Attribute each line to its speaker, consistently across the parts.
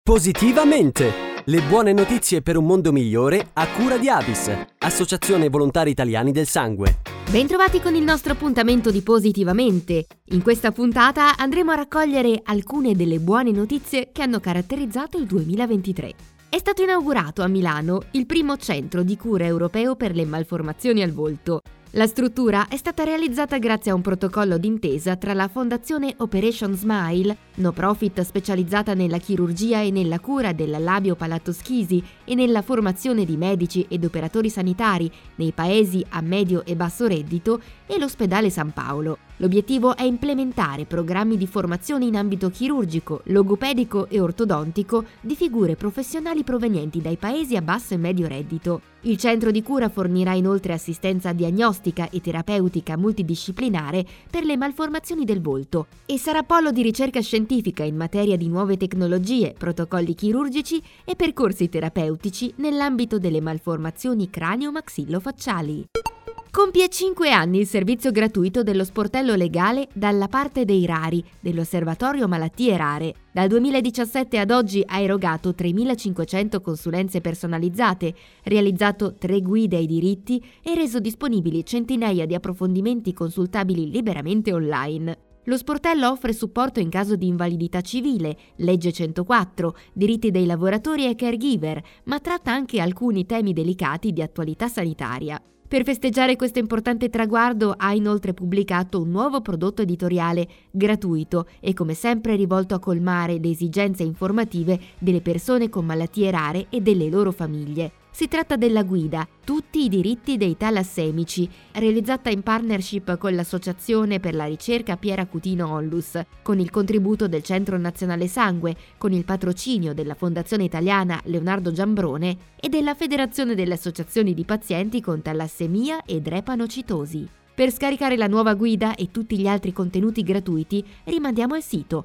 Speaker 1: Positivamente! Le buone notizie per un mondo migliore a cura di Avis, Associazione Volontari Italiani del Sangue.
Speaker 2: Bentrovati con il nostro appuntamento di Positivamente. In questa puntata andremo a raccogliere alcune delle buone notizie che hanno caratterizzato il 2023. È stato inaugurato a Milano il primo centro di cura europeo per le malformazioni al volto. La struttura è stata realizzata grazie a un protocollo d'intesa tra la Fondazione Operation Smile, no profit specializzata nella chirurgia e nella cura della labio-palattoschisi e nella formazione di medici ed operatori sanitari nei paesi a medio e basso reddito, e l'Ospedale San Paolo. L'obiettivo è implementare programmi di formazione in ambito chirurgico, logopedico e ortodontico di figure professionali provenienti dai paesi a basso e medio reddito. Il centro di cura fornirà inoltre assistenza diagnostica e terapeutica multidisciplinare per le malformazioni del volto e sarà polo di ricerca scientifica in materia di nuove tecnologie, protocolli chirurgici e percorsi terapeutici nell'ambito delle malformazioni cranio-maxillofacciali. Compie 5 anni il servizio gratuito dello sportello legale Dalla parte dei rari dell'Osservatorio Malattie Rare. Dal 2017 ad oggi ha erogato 3.500 consulenze personalizzate, realizzato 3 guide ai diritti e reso disponibili centinaia di approfondimenti consultabili liberamente online. Lo sportello offre supporto in caso di invalidità civile, legge 104, diritti dei lavoratori e caregiver, ma tratta anche alcuni temi delicati di attualità sanitaria. Per festeggiare questo importante traguardo ha inoltre pubblicato un nuovo prodotto editoriale gratuito e come sempre rivolto a colmare le esigenze informative delle persone con malattie rare e delle loro famiglie. Si tratta della guida Tutti i diritti dei talassemici, realizzata in partnership con l'Associazione per la ricerca Piera Cutino Onlus, con il contributo del Centro Nazionale Sangue, con il patrocinio della Fondazione Italiana Leonardo Giambrone e della Federazione delle Associazioni di Pazienti con Talassemia e Drepanocitosi. Per scaricare la nuova guida e tutti gli altri contenuti gratuiti rimandiamo al sito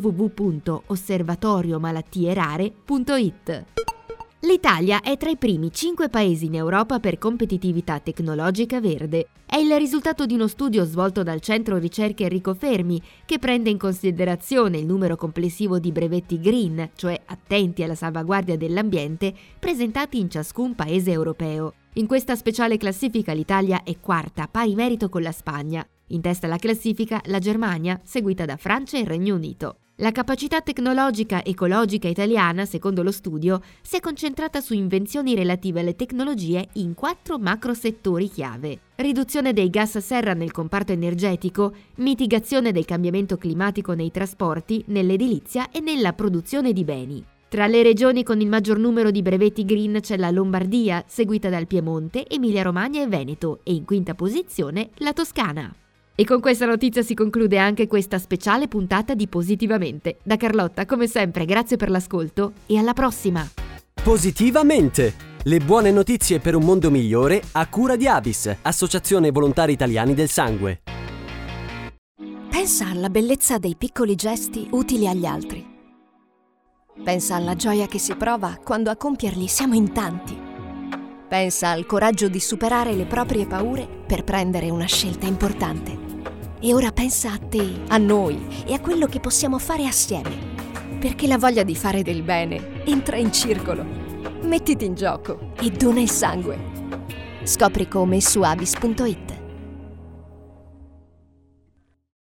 Speaker 2: www.osservatoriomalattieraRare.it. L'Italia è tra i primi 5 paesi in Europa per competitività tecnologica verde. È il risultato di uno studio svolto dal Centro Ricerche Enrico Fermi, che prende in considerazione il numero complessivo di brevetti green, cioè attenti alla salvaguardia dell'ambiente, presentati in ciascun paese europeo. In questa speciale classifica l'Italia è quarta, pari merito con la Spagna. In testa alla classifica la Germania, seguita da Francia e il Regno Unito. La capacità tecnologica ecologica italiana, secondo lo studio, si è concentrata su invenzioni relative alle tecnologie in 4 macro settori chiave: riduzione dei gas serra nel comparto energetico, mitigazione del cambiamento climatico nei trasporti, nell'edilizia e nella produzione di beni. Tra le regioni con il maggior numero di brevetti green c'è la Lombardia, seguita dal Piemonte, Emilia-Romagna e Veneto, e in quinta posizione la Toscana. E con questa notizia si conclude anche questa speciale puntata di Positivamente. Da Carlotta, come sempre, grazie per l'ascolto e alla prossima!
Speaker 1: Positivamente! Le buone notizie per un mondo migliore a cura di Avis, Associazione Volontari Italiani del Sangue.
Speaker 3: Pensa alla bellezza dei piccoli gesti utili agli altri. Pensa alla gioia che si prova quando a compierli siamo in tanti. Pensa al coraggio di superare le proprie paure per prendere una scelta importante. E ora pensa a te, a noi e a quello che possiamo fare assieme. Perché la voglia di fare del bene entra in circolo. Mettiti in gioco e dona il sangue. Scopri come su avis.it.